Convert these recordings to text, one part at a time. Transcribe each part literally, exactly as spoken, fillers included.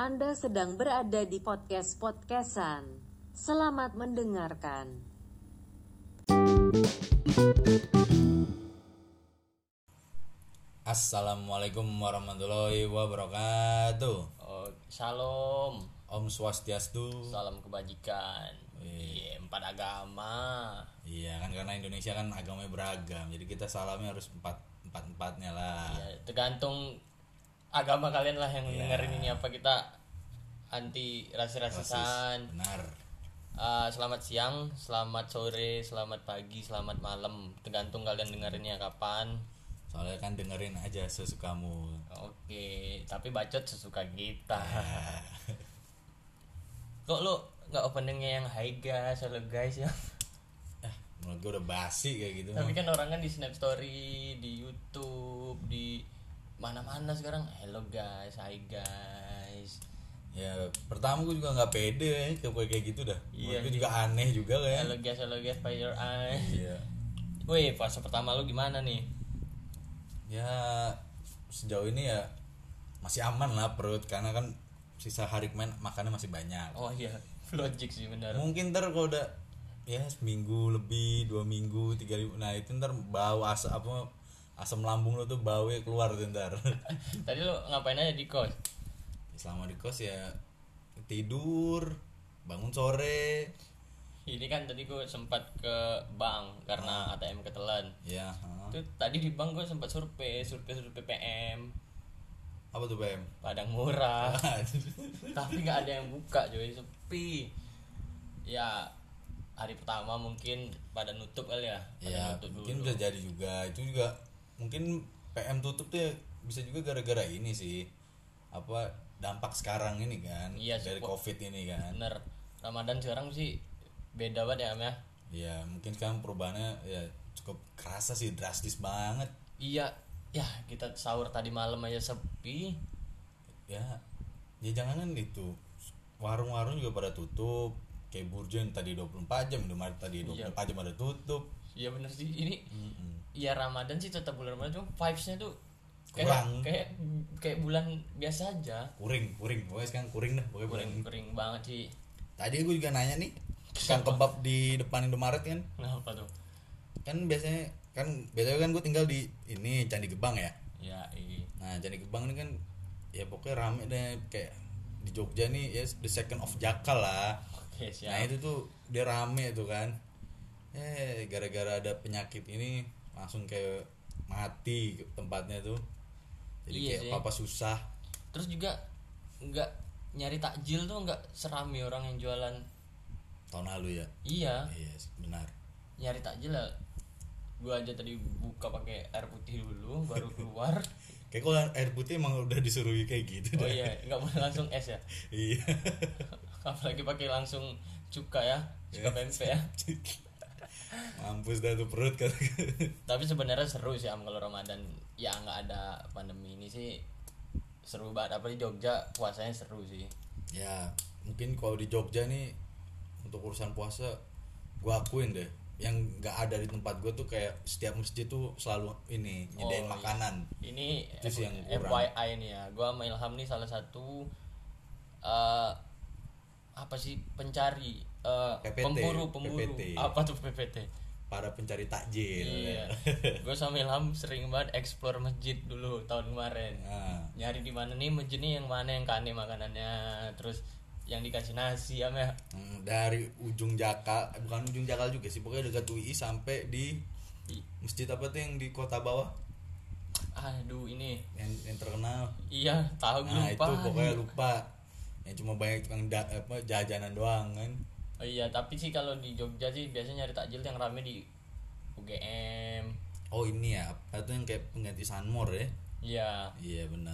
Anda sedang berada di podcast-podcastan. Selamat mendengarkan. Assalamualaikum warahmatullahi wabarakatuh. Oh, shalom, Om Swastiastu. salam kebajikan. Iya, empat agama. Iya kan, karena Indonesia kan agamanya beragam, jadi kita salamnya harus empat empat empatnya lah. Ya, tergantung agama kalian lah yang Iya. dengerin ini apa kita anti rasis-rasisan. Benar. Uh, selamat siang, selamat sore, selamat pagi, selamat malam. Tergantung kalian dengerinnya kapan. Soalnya kan dengerin aja sesukamu. Oke, tapi bacot sesuka kita. Ya. Kok lu nggak openingnya yang hi guys, halo guys ya? Eh, menurut gue udah basi kayak gitu. Tapi mah. kan orang kan di Snap Story, di YouTube, di mana-mana sekarang hello guys, hi guys. Ya pertama gue juga nggak pede ya kayak kayak gitu dah. Iya, Menurut gue juga aneh juga kayak. Hello guys, hello guys, by your eyes. Iya. Wih, fase pertama lu gimana nih? Ya sejauh ini ya masih aman lah perut, karena kan sisa hari kemarin makannya masih banyak. Oh iya, logic sih benar. Mungkin ntar kalau udah ya seminggu lebih, dua minggu, tiga ribu, nah itu ntar bau asam apa asam lambung lo tuh bau keluar tuh ntar. Tadi lu ngapain aja di kos? Selama di kos ya tidur, bangun sore, Ini kan tadi gue sempat ke bank karena A T M ketelan. ya. ha. Itu tadi di bank gue sempat survei, survei survei P M Apa tuh P M? Padang Murah. Tapi nggak ada yang buka, coy, sepi. Ya hari pertama mungkin pada nutup kali ya. Pada Ya nutup mungkin dulu. bisa jadi juga, itu juga mungkin P M tutup tuh ya bisa juga gara-gara ini sih, apa dampak sekarang ini kan, Iya, dari support. covid ini kan. Bener, Ramadan sekarang sih beda banget ya Am ya. Ya mungkin sekarang perubahannya ya cukup kerasa sih, drastis banget. Iya, ya kita sahur tadi malam aja sepi. Ya ya jangan itu, warung-warung juga pada tutup, kayak Burjo tadi dua puluh empat jam, Indomaret tadi dua puluh empat jam ada tutup. Iya bener sih, ini Mm-mm. ya Ramadan sih tetap bulan Ramadan, cuma vibesnya tuh kayak Kurang. kayak kayak bulan biasa aja. kuring kuring pokoknya sekarang kuring dah pokoknya Kering bulan. kering banget sih. Tadi gue juga nanya nih, kan kebab di depan Indomaret kan, Kenapa tuh? kan biasanya kan biasanya kan gue tinggal di ini Candi Gebang ya. Ya iya. Nah Candi Gebang ini kan ya pokoknya rame deh, kayak di Jogja nih ya the second of Jakal lah. Oke siap. Nah itu tuh dia rame tuh kan, eh gara-gara ada penyakit ini langsung kayak mati tempatnya tuh, jadi Iya kayak sih. apa susah. Terus juga nggak nyari takjil tuh nggak serami orang yang jualan. Tahun lalu ya. Iya, Iya benar. nyari takjil lah. Gua aja tadi buka pakai air putih dulu, baru keluar. Kayak kalau air putih emang udah disuruh kayak gitu Oh dah. iya, nggak boleh langsung es ya. Iya. Apalagi pakai langsung cuka ya, cuka pempek ya. Mampus dah tuh perut kan. Tapi sebenarnya seru sih Am kalau Ramadan ya nggak ada pandemi ini sih seru banget. Apa di Jogja puasanya seru sih. Ya mungkin kalau di Jogja nih untuk urusan puasa gue akuin deh, yang nggak ada di tempat gue tuh kayak setiap masjid tuh selalu ini nyediain Oh, iya. makanan. Ini Itu sih yang F- kurang. F Y I nih ya. Gua sama Ilham nih salah satu eh apa sih pencari eh P P T, pemburu pemburu P P T. apa tuh P P T? Para pencari takjil. Iya. Gue sama Ilham sering banget explore masjid dulu tahun kemarin. Nah, Nyari di mana nih masjid nih yang mana yang kane makanannya, terus yang dikasih nasi ya Meh. mm, dari ujung Jakal, eh, bukan ujung Jakal juga sih, pokoknya dekat U I sampai di I- masjid apa tuh yang di kota bawah Aduh ini yang, yang terkenal. iya tahu Nah lupa. itu pokoknya lupa, yang cuma banyak tukang da- apa jajanan doang kan. Oh iya, tapi sih kalau di Jogja sih biasanya nyari takjil yang rame di U G M. Oh ini ya, itu yang kayak pengganti Sunmor ya. Iya, Iya benar.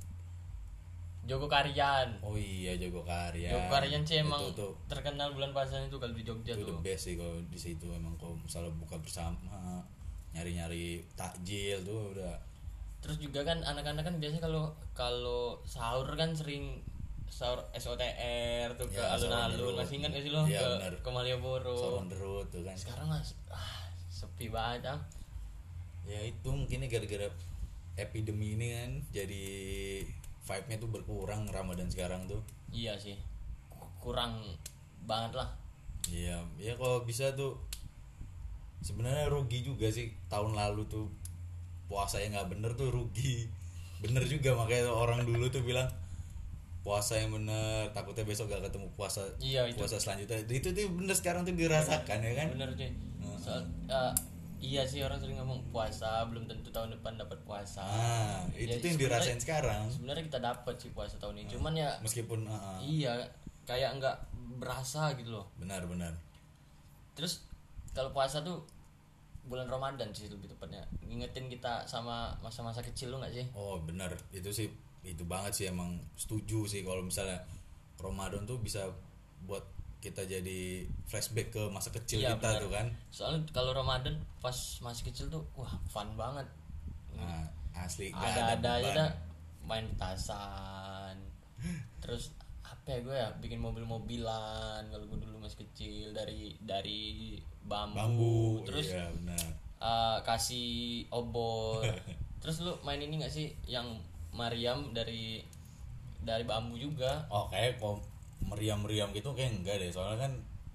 Jogokarian. Oh iya Jogokarian. Jogokarian sih emang itu, tuh, terkenal bulan puasa itu kalau di Jogja itu the tuh. best sih kalau di situ, emang kalau misalnya buka bersama nyari-nyari takjil tuh udah. Terus juga kan anak-anak kan biasanya kalau kalau sahur kan sering sahur S O T R tuh ke Ya, sahur on the alun-alun. road. Masih ingat gak sih lo Iya, ke benar. ke Malioboro? Sahur on the road tuh kan. Sekarang mas ah, sepi banget ah. Ya itu mungkin gara-gara epidemi ini kan jadi vibe-nya tuh berkurang Ramadan sekarang tuh. Iya sih, kurang banget lah. Iya, ya kalau bisa tuh sebenarnya rugi juga sih tahun lalu tuh puasanya nggak bener tuh rugi. Bener juga makanya orang dulu tuh bilang puasa yang bener, takutnya besok gak ketemu puasa Iya, itu. puasa selanjutnya. Itu tuh bener sekarang tuh dirasakan ya kan. Bener cuy. Soal, uh, iya sih orang sering ngomong puasa belum tentu tahun depan dapat puasa. Ah, itu Ya, tuh yang sebenarnya- dirasain sekarang. Sebenarnya kita dapat sih puasa tahun ini, cuman ya Meskipun ah, ah, iya kayak nggak berasa gitu loh. benar-benar. Terus kalau puasa tuh bulan Ramadan sih lebih tepatnya, ngingetin kita sama masa-masa kecil lu nggak sih? Oh benar, itu sih itu banget sih, emang setuju sih kalau misalnya Ramadan tuh bisa buat kita jadi flashback ke masa kecil Iya, kita benar. tuh kan. Soalnya kalau Ramadan pas masih kecil tuh wah fun banget. Nah, asli gak Ada-ada aja beban. dah main petasan. Terus apa ya gue ya bikin mobil-mobilan kalau gue dulu masih kecil dari dari bambu, Bambu, terus iya benar. uh, kasih obor. Terus lu main ini nggak sih yang Mariam dari dari bambu juga? Oh kayak kok meriam-meriam gitu kayak enggak deh, soalnya kan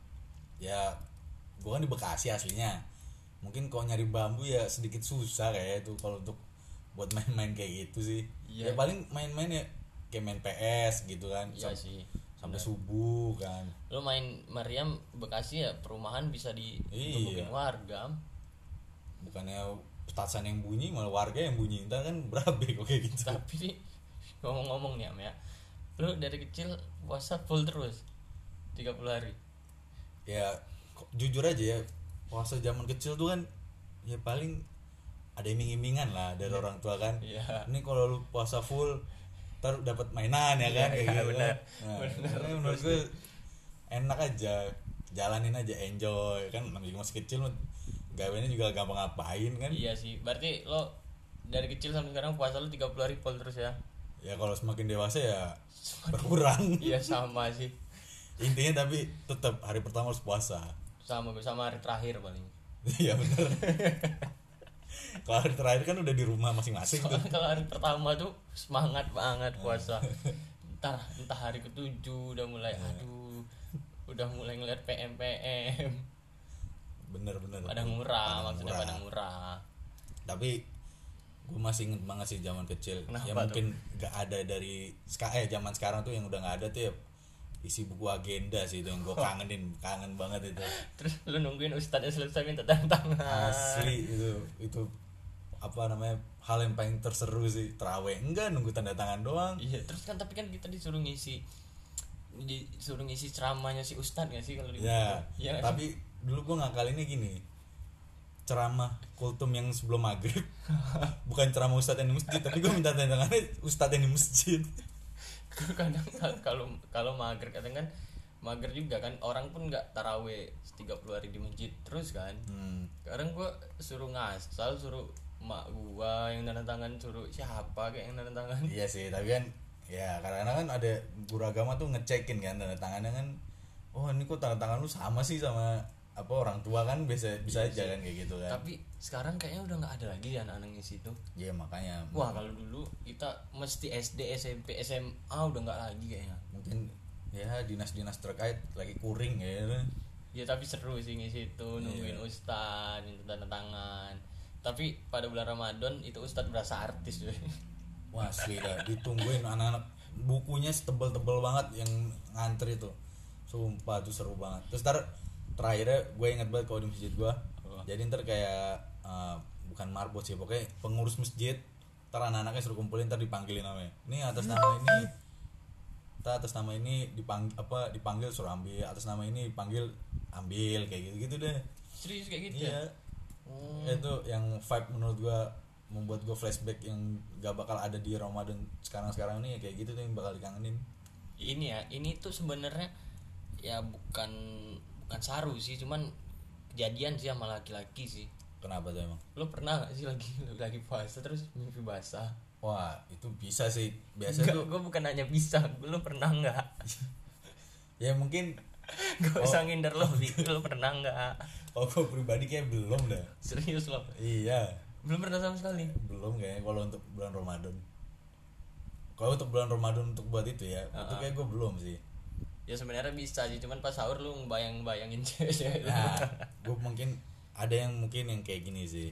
ya gua kan di Bekasi aslinya. Mungkin kalau nyari bambu ya sedikit susah kayak itu kalau untuk buat main-main kayak gitu sih. Iya. Ya paling main-main ya kayak main P S gitu kan. Iya Sam- sih. Sampai subuh kan. Lu main Mariam Bekasi ya perumahan bisa ditubukin Iya. warga. Bukannya petasan yang bunyi malah warga yang bunyi. Ntar kan berabe kok kayak gitu. Tapi nih, ngomong-ngomong nih Am ya, lu dari kecil puasa full terus tiga puluh hari. Ya kok- jujur aja ya, puasa zaman kecil tuh kan ya paling ada iming-imingan lah dari orang tua kan. Iya. Ini kalau lu puasa full ntar dapat mainan ya kan, kayak Iya, gitu benar. kan. Nah, Benar. makanya menurut gue enak aja, jalanin aja, enjoy kan, namanya masih kecil gawenya juga gampang ngapain kan. Iya sih, berarti lo dari kecil sampai sekarang puasa lu tiga puluh hari full terus ya? Ya kalau semakin dewasa ya berkurang. Iya sama sih, Intinya tapi tetap hari pertama harus puasa. sama sama hari terakhir paling. Iya bener. Kalau hari terakhir kan udah di rumah masing-masing tuh. Soalnya kalau hari pertama tuh semangat banget puasa. Entar entah hari ketujuh udah mulai aduh, udah mulai ngeliat P M P M. Bener-bener. Pada murah, Pada maksudnya murah. pada murah. Tapi gue masih inget banget sih zaman kecil. Kenapa Ya tuh? mungkin gak ada dari ska- eh zaman sekarang tuh yang udah gak ada tuh ya isi buku agenda sih itu yang gue kangenin, kangen banget itu. Terus lu nungguin ustadznya selesai minta tanda tangan. Asli itu itu apa namanya hal yang paling terseru sih, terawih enggak nunggu tanda tangan doang. Iya, terus kan tapi kan kita disuruh ngisi disuruh ngisi ceramahnya si ustadz nggak sih kalau di Ya, Iya nggak sih? tapi dulu gue ngakalinnya gini, ceramah kultum yang sebelum maghrib bukan ceramah ustadz yang di masjid, tapi gue minta tanda tangannya ustadz yang di masjid. Gue kadang kalau kalau mager kadang kan mager juga kan, orang pun nggak taraweh tiga puluh hari di masjid terus kan. Hmm. Sekarang gue suruh ngasal, suruh mak gua yang tanda tangan, suruh siapa kayak yang tanda tangan. Iya sih, tapi kan ya karena kan ada guru agama tuh ngecekin kan tanda tangannya kan. Oh ini kok tanda tangan lu sama sih sama apa orang tua kan, bisa bisa Iya aja sih. kan kayak gitu kan. Tapi sekarang kayaknya udah nggak ada lagi ya anak-anak ngisi itu. Iya makanya. Wah kalau dulu kita mesti S D, S M P, S M A udah nggak lagi kayaknya. Mungkin ya dinas-dinas terkait lagi kuring ya. Ya tapi seru sih ngisi itu, nungguin Iya. ustadz minta tanda tangan. Tapi pada bulan Ramadan itu ustadz berasa artis deh. Wah asli dah, ditungguin anak-anak, bukunya setebel-tebel banget yang ngantri tuh. Sumpah tuh seru banget. Terus ntar terakhirnya gue inget banget kalau di masjid gue. Oh. Jadi ntar kayak uh, bukan marbot sih, pokoknya pengurus masjid. Ntar anak-anaknya suruh kumpulin, ntar dipanggilin namanya. Ini atas nama ini, ntar atas nama ini dipanggil apa dipanggil suruh ambil, atas nama ini dipanggil ambil, kayak gitu-gitu deh. Serius kayak gitu Iya. ya? Hmm. Itu yang vibe menurut gua, membuat gua flashback yang gak bakal ada di Ramadan sekarang-sekarang ini, ya kayak gitu tuh yang bakal dikangenin. Ini ya, ini tuh sebenarnya ya bukan bukan saru sih, cuman kejadian sih sama laki-laki sih. Kenapa tuh emang? Lo pernah gak sih lagi lagi puasa terus mimpi basah? Wah itu bisa sih, biasa Enggak, tuh. gue bukan hanya bisa, lo pernah nggak? Ya mungkin Gak Oh. usah ngindar lo, lo pernah nggak? kalau gua pribadi kayak belum dah. Serius lo? Iya Belum pernah sama sekali. belum kayaknya kalau untuk bulan Ramadan. kalau untuk bulan Ramadan untuk buat itu ya uh-huh. itu kayak gue belum sih. Ya sebenarnya bisa sih, cuman pas sahur lu ngebayang-bayangin cewek. Nah, gue mungkin ada yang mungkin yang kayak gini sih.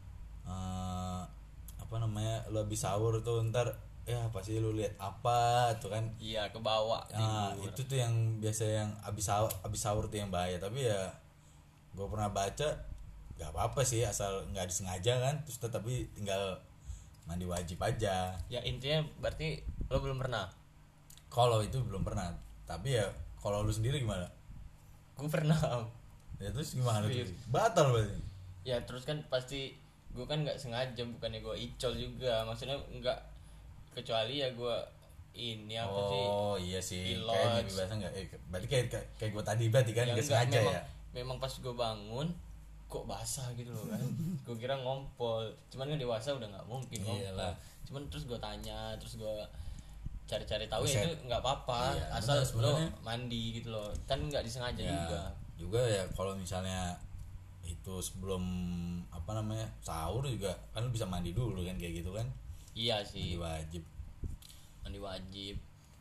Uh, apa namanya? Lu habis sahur tuh ntar ya pasti lu lihat apa tuh kan. Iya, ke bawah. Nah, itu tuh yang biasa yang habis sahur, habis sahur tuh yang bahaya, tapi ya gue pernah baca nggak apa-apa sih asal nggak disengaja kan, terus tetapi tinggal mandi wajib aja. Ya intinya berarti lo belum pernah. Kalau itu belum pernah, tapi ya kalau lu sendiri gimana? Gue pernah. Ya terus gimana tuh? Batal berarti. Ya terus kan pasti gue kan nggak sengaja, bukannya gue icol juga, maksudnya nggak, kecuali ya gue ini apa oh, sih? Oh iya sih. Pilot. Kayak biasa nggak? Eh, berarti kayak kayak gue tadi berarti kan nggak sengaja memang, ya? Memang pas gue bangun kok basah gitu loh kan. Gue kira ngompol, cuman kan dewasa udah nggak mungkin ngompol. Iyalah. Cuman terus gue tanya, terus gue cari-cari tahu Buset. ya itu nggak apa-apa, Iya, asal bener, lo mandi gitu loh, kan nggak disengaja Ya, juga. juga ya kalau misalnya itu sebelum apa namanya sahur juga kan lu bisa mandi dulu kan kayak gitu kan. Iya sih. Mandi wajib. Mandi wajib.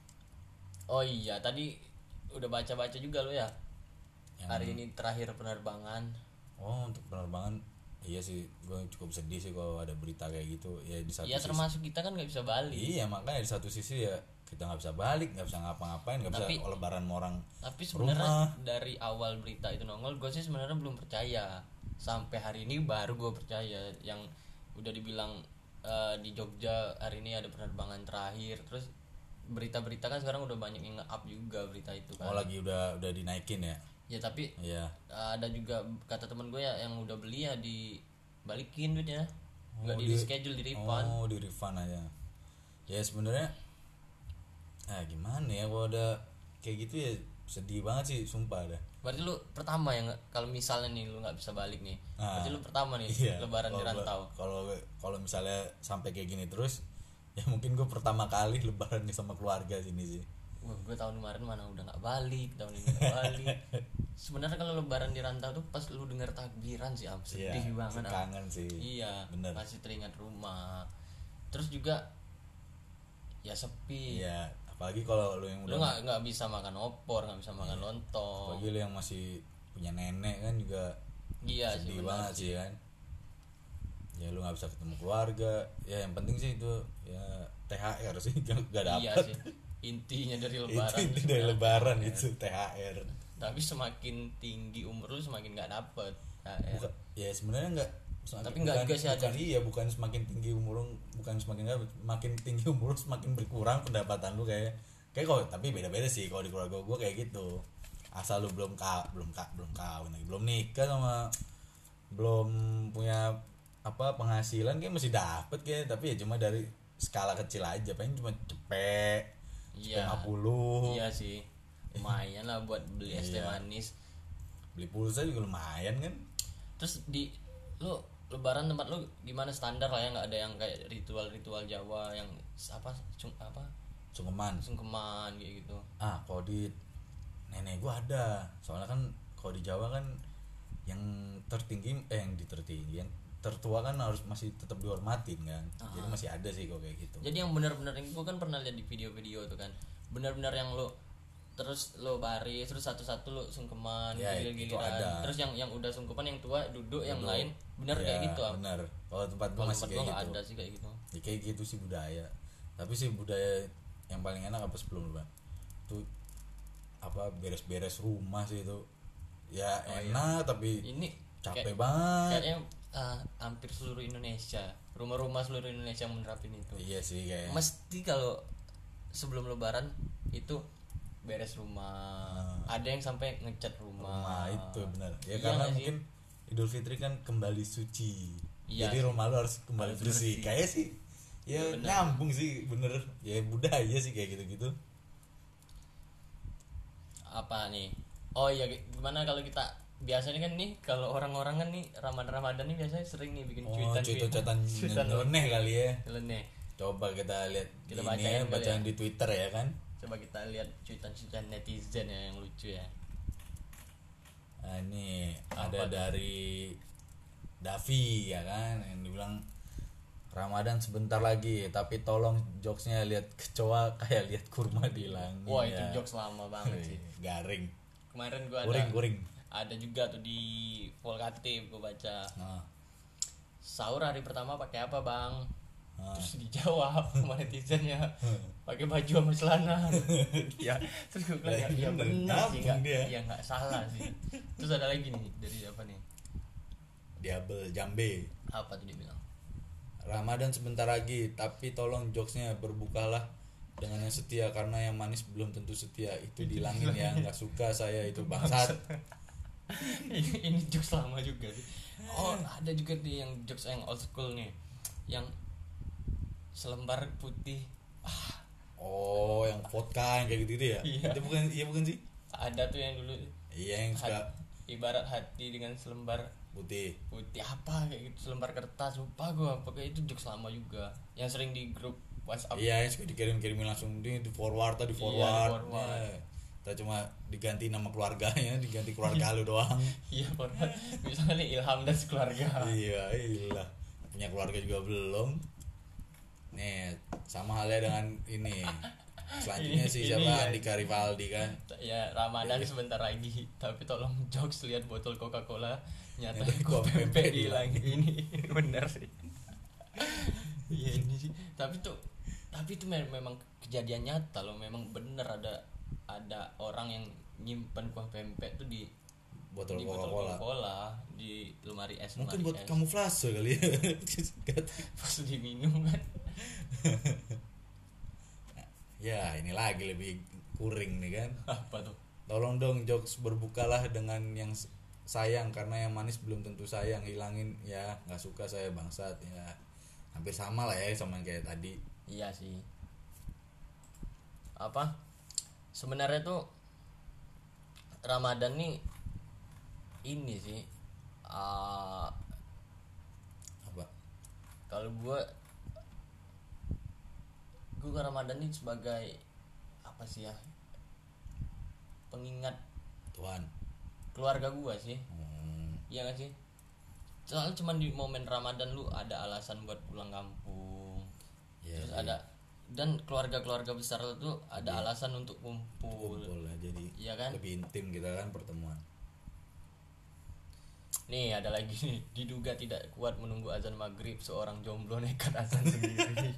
Oh iya, tadi udah baca-baca juga lo ya. Yang, hari ini terakhir penerbangan. Oh, untuk penerbangan iya sih, gue cukup sedih sih kalau ada berita kayak gitu ya di satu Iya, sisi. termasuk kita kan nggak bisa balik. Iya, makanya di satu sisi ya kita nggak bisa balik, nggak bisa ngapa-ngapain, nggak bisa lebaran sama orang. Tapi sebenarnya dari awal berita itu nongol, gue sih sebenarnya belum percaya. Sampai hari ini baru gue percaya yang udah dibilang uh, di Jogja hari ini ada penerbangan terakhir. Terus berita-berita kan sekarang udah banyak yang nge-up juga berita itu kan. Oh, lagi udah udah dinaikin ya. Ya tapi iya. uh, ada juga kata teman gue ya yang udah beli ya dibalikin duitnya. Enggak Oh, di reschedule, di refund. Oh, di refund aja. Ya sebenarnya ah gimana ya kalau ada kayak gitu ya sedih banget sih sumpah dah. Berarti lu pertama yang kalau misalnya nih lu nggak bisa balik nih, Nah, berarti lu pertama nih iya, lebaran di rantau. Kalau kalau misalnya sampai kayak gini terus ya mungkin gue pertama kali lebaran nih sama keluarga sini sih. Wah, gue tahun kemarin mana udah nggak balik, tahun ini nggak balik. Sebenarnya kalau lebaran di rantau tuh pas lu denger takbiran sih am, sedih Iya, banget am. kangen sih. Iya, bener. masih teringat rumah. Terus juga ya sepi. Iya, apalagi kalau lu yang Lu udah nggak nggak bisa makan opor, nggak bisa makan Iya. lontong. apalagi lu yang masih punya nenek kan juga Iya sih, sedih benar banget sih kan. Ya lu nggak bisa ketemu keluarga. Ya yang penting sih itu ya T H R sih nggak dapet. Iya sih. Intinya dari lebaran. itu inti itu dari sebenarnya lebaran T H R. itu T H R. Tapi semakin tinggi umur lu semakin nggak dapet T H R. Bukan, ya sebenarnya enggak. Tapi enggak juga sih ada. Iya, bukan semakin tinggi umur lu, bukan semakin enggak, makin tinggi umur lu semakin berkurang pendapatan lu kayak kayak kok, tapi beda-beda sih kalau di keluarga gua kayak gitu. Asal lu belum ka, belum ka, belum kawin lagi, belum nikah sama belum punya apa penghasilan kayak masih dapet kayak, tapi ya cuma dari skala kecil aja, paling cuma cepet Iya. lima puluh. Iya sih. Lumayan lah buat beli es teh Iya. manis. Beli pulsa juga lumayan kan. Terus di lu lebaran tempat lu gimana, standar lah ya, nggak ada yang kayak ritual-ritual Jawa yang apa cung, apa Sungkeman. sungkeman kayak gitu. Ah, kalau di nenek gua ada. Soalnya kan kalau di Jawa kan yang tertinggi eh yang di tertinggi, yang tertua kan harus masih tetap dihormatin kan. Aha. Jadi masih ada sih kok kayak gitu. Jadi yang benar-benar yang gua kan pernah lihat di video-video tuh kan, benar-benar yang lu terus lo baris terus satu-satu lo sungkeman Ya, itu gilir-giliran, ada. terus yang yang udah sungkeman yang tua duduk, yang Duduk. lain bener Ya, kayak gitu ah. Bener. Kalau tempat gua Kalau masih tempat kayak gua nggak gitu. ada sih kayak gitu. Ya, kayak gitu sih budaya. Tapi sih budaya yang paling enak apa sebelum lebaran? Tuh apa beres-beres rumah sih itu. Ya Oh, enak tapi Ini capek kayak- banget. kayaknya ah, hampir seluruh Indonesia, rumah-rumah seluruh Indonesia yang menerapin itu. Iya sih kayak. Mesti kalau sebelum lebaran itu beres rumah. Ada yang sampai ngecat rumah. Rumah itu benar. Ya Iya karena nggak sih? mungkin Idul Fitri kan kembali suci. Iya Jadi sih. rumah lu harus kembali Harus bersih. bersih. Kayak sih ya Iya, benar. nyambung sih bener. Ya budaya sih kayak gitu-gitu. Apa nih? Oh iya, gimana kalau kita biasanya kan nih kalau orang-orang kan nih Ramadan-Ramadan nih biasanya sering nih bikin Oh, cuitan cuitan-cuitan cuitan nyeleneh kali ya. nyeleneh. Coba kita lihat Kita ini bacain ya, kali bacaan ya. di Twitter ya kan. Coba kita lihat cuitan-cuitan netizen ya yang lucu ya. Nah, ini Apa ada tuh? dari Davi ya kan yang dibilang Ramadan sebentar lagi, tapi tolong jokesnya lihat kecoa kayak lihat kurma di langit. Wah, ya. itu jokes lama banget sih. Garing. Kemarin gua ada Kuring, kuring. ada juga tuh di Volkatif gua baca. Nah, Sahur hari pertama pakai apa, Bang? Ah. Terus dijawab sama netizennya pakai baju sama celana. Ya, terus gue bilang ya, ya benar sih, Nabung nggak dia. ya nggak salah sih. Terus ada lagi nih dari apa nih? Diabel Jambe. Apa tuh dia bilang? Ramadan sebentar lagi, tapi tolong jokesnya berbukalah dengan yang setia, karena yang manis belum tentu setia. Itu dilangin ya, nggak suka saya itu bangsat. ini, ini jokes lama juga sih. Oh, ada juga nih yang jokes yang old school nih, yang selembar putih. Ah, Oh, yang vodka yang kayak gitu, -gitu ya? Iya. Itu bukan, iya bukan sih? ada tuh yang dulu Iya yang suka hat- ibarat hati dengan selembar putih. putih apa kayak gitu, selembar kertas, lupa gue pakai itu jokes lama juga yang sering di grup WhatsApp. Iya yang suka dikirim-kirimin langsung di, di forward atau di Iya, forward. di forward. Ya. Kita cuma diganti nama keluarganya, diganti keluarga lu doang. Iya, forward. Misalnya nih Ilham dan sekeluarga. Iya, iya. Punya keluarga juga belum. Nih, sama halnya dengan ini. Selanjutnya Ini- sih ini siapa ya. Andika Rivaldi kan. Ya Ramadan sebentar lagi, tapi tolong jokes lihat botol Coca-Cola nyata Nyata kok kok pempek pempek di di langit ini. Bener sih. Iya ini sih. Tapi tuh tapi itu me- memang kejadian nyata loh, memang bener ada ada orang yang nyimpen kuah pempek tuh di Botol di botol Coca-Cola. Coca-Cola di lemari es. Mungkin lemari buat es. kamuflase kali ya. Pas diminum kan. Ya, ini lagi lebih kuring nih kan. Apa tuh? Tolong dong jokes berbukalah dengan yang s- sayang, karena yang manis belum tentu sayang. Hilangin ya, nggak suka saya bangsat ya. Hampir sama lah ya sama yang kayak tadi. Iya sih. Apa? Sebenarnya tuh Ramadan nih ini sih uh, Apa? kalau gue gue ke Ramadan nih sebagai apa sih ya, pengingat Tuhan. keluarga gue sih. Hmm, Iya gak sih? Soalnya cuman di momen Ramadan lu ada alasan buat pulang kampung. ya, Terus iya. ada dan keluarga-keluarga besar lu tuh ada alasan untuk kumpul. Kumpul lah, jadi Iya kan? lebih intim kita kan pertemuan. Nih ada lagi nih, diduga tidak kuat menunggu azan maghrib, seorang jomblo nekat azan sendiri.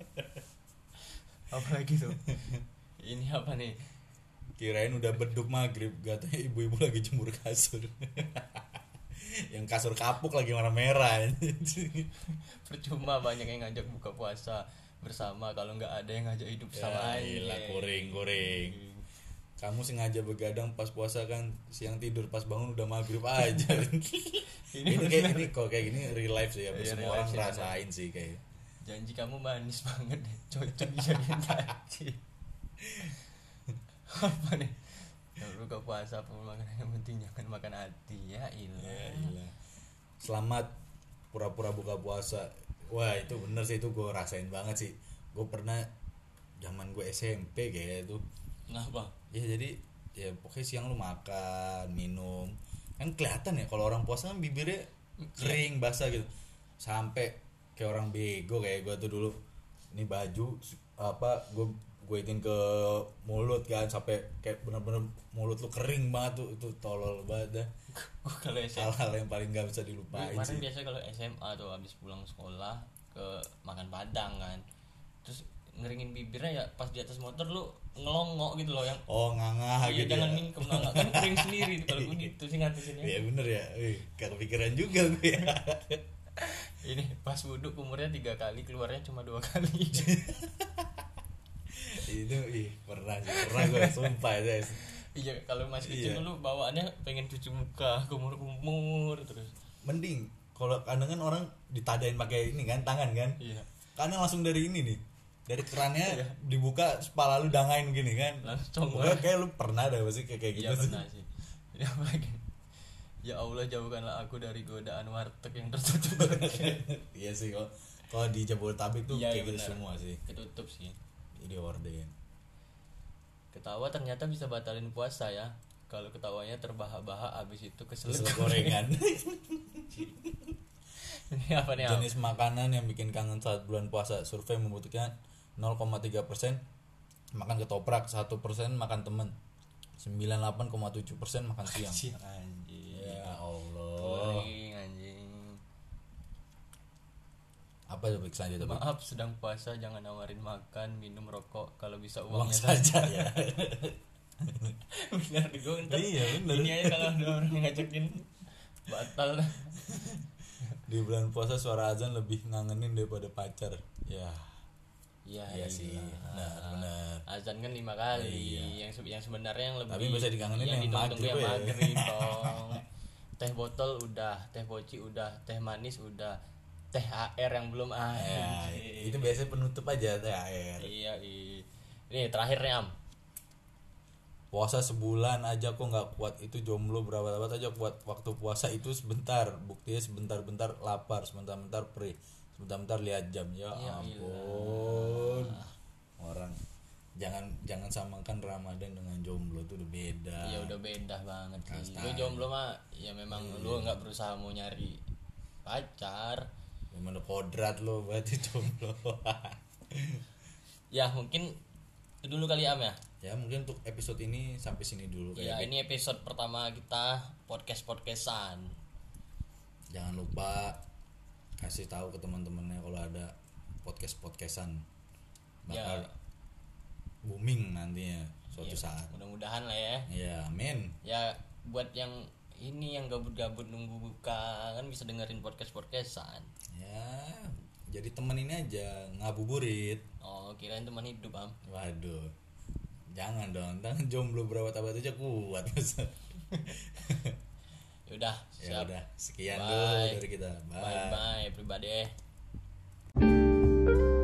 Apa lagi tuh? Ini apa nih? Kirain udah beduk maghrib, katanya ibu-ibu lagi jemur kasur. Yang kasur kapuk lagi warna merah. Percuma banyak yang ngajak buka puasa bersama kalau nggak ada yang ngajak hidup Ya, sama aja. gila, kuring, kuring. Kamu sengaja begadang pas puasa kan, siang tidur pas bangun udah maghrib aja. Ini ini bener. kayak ini kok kayak gini real life sih ya, Iya, semua real orang life sih, ngerasain sih kayak. Janji kamu manis banget deh, cocok dijadiin taci. Apa nih? Kalau buka puasa apa makan, yang penting jangan makan hati ya ilah. Ya, gila. Selamat pura-pura buka puasa. Wah itu bener sih, itu gue rasain banget sih. Gue pernah zaman gue S M P kayak itu. Kenapa? Ya jadi ya pokoknya siang lu makan minum kan kelihatan ya kalau orang puasa kan bibirnya kering basah gitu, sampai kayak orang bego kayak gue tuh dulu, ini baju apa gue gue itin ke mulut kan sampai kayak bener-bener mulut lu kering banget tuh, itu tolol banget dah. Gue kalau S M A, Hal-hal yang paling gak bisa dilupain kemarin sih. biasa kalau S M A tuh habis pulang sekolah ke makan padang kan, terus ngeringin bibirnya ya pas di atas motor lu ngelongok gitu loh yang Oh nganga iya gitu jangan ya. mingkem nggak kan kering sendiri tuh kalau gue gitu sih ngatasinnya. Iya bener ya, wih, gak kepikiran juga gue ya. Ini pas wudhu umurnya tiga kali keluarnya cuma dua kali. Itu ih pernah sih, pernah gue sumpah ya. Iya kalau masih kecil Iya. dulu bawaannya pengen cuci muka kumur-kumur terus. Mending kalau kadang kan orang ditadain pakai ini kan tangan kan, Iya. kadang langsung dari ini nih, dari kerannya Iya. dibuka kepala lu dangain gini kan. Langsung Pokoknya kayak lu pernah deh pasti kayak kayak Iya gitu. pernah sih. Ini apa lagi? Ya Allah jauhkanlah aku dari godaan warteg yang tertutup. Iya sih, kalau kalau di Jabodetabek tuh Iya, kayak iya, gitu benar. semua sih. Ketutup sih. Jadi orden. Ketawa ternyata bisa batalin puasa ya. Kalau ketawanya terbahak-bahak abis itu keselak Kesel gorengan. Ini apa nih Am? Jenis makanan yang bikin kangen saat bulan puasa. Survei membutuhkan nol koma tiga persen makan ketoprak, satu persen makan temen, sembilan puluh delapan koma tujuh persen makan siang. Anjing. Ya Allah. Boring anjing. Apa tuh Bik selanjutnya Bik? Maaf sedang puasa, jangan nawarin makan, minum, rokok, kalau bisa Uang uangnya saja ya. Benar gue ntar Iya, bener. ini aja kalau ada orang yang ngajakin batal. Di bulan puasa suara azan lebih ngangenin daripada pacar. Ya. Iya Iya sih. Benar, benar. Azan kan lima kali. Iya. Yang se- yang sebenarnya yang lebih Tapi bisa dikangenin yang ditunggu-tunggu maghrib yang ya. maghrib dong. Teh botol udah, teh poci udah, teh manis udah, teh air yang belum Ya, ada. itu biasanya penutup aja T H R. Iya, iya. Ini terakhir nih Am. Puasa sebulan aja kok nggak kuat, itu jomblo berapa tahun aja kuat. Waktu puasa itu sebentar, buktinya sebentar-bentar lapar, sebentar-bentar perih, sebentar-bentar lihat jam. Ya, Ya ampun. Orang jangan jangan samakan Ramadan dengan jomblo, itu udah beda. Iya udah beda banget sih. Kasta. Lu jomblo mah ya memang lu nggak berusaha mau nyari pacar. Gimana kodrat lo berarti jomblo. Ya mungkin itu dulu kali Am ya. Ya mungkin untuk episode ini sampai sini dulu Ya kayak ini episode pertama kita podcast podcastan. Jangan lupa kasih tahu ke teman-temannya kalau ada podcast podcastan bakal Ya. booming nantinya suatu Ya, saat. mudah-mudahan lah ya. Ya amin. Ya buat yang ini yang gabut-gabut nunggu buka kan bisa dengerin podcast podcastan. Ya jadi temen ini aja ngabuburit. Oh kirain teman hidup Am. Waduh, jangan dong, tangan jomblo berawat abad aja kuat masa. Yaudah Ya siap. udah, sekian Bye. dulu dari kita. Bye bye everybody.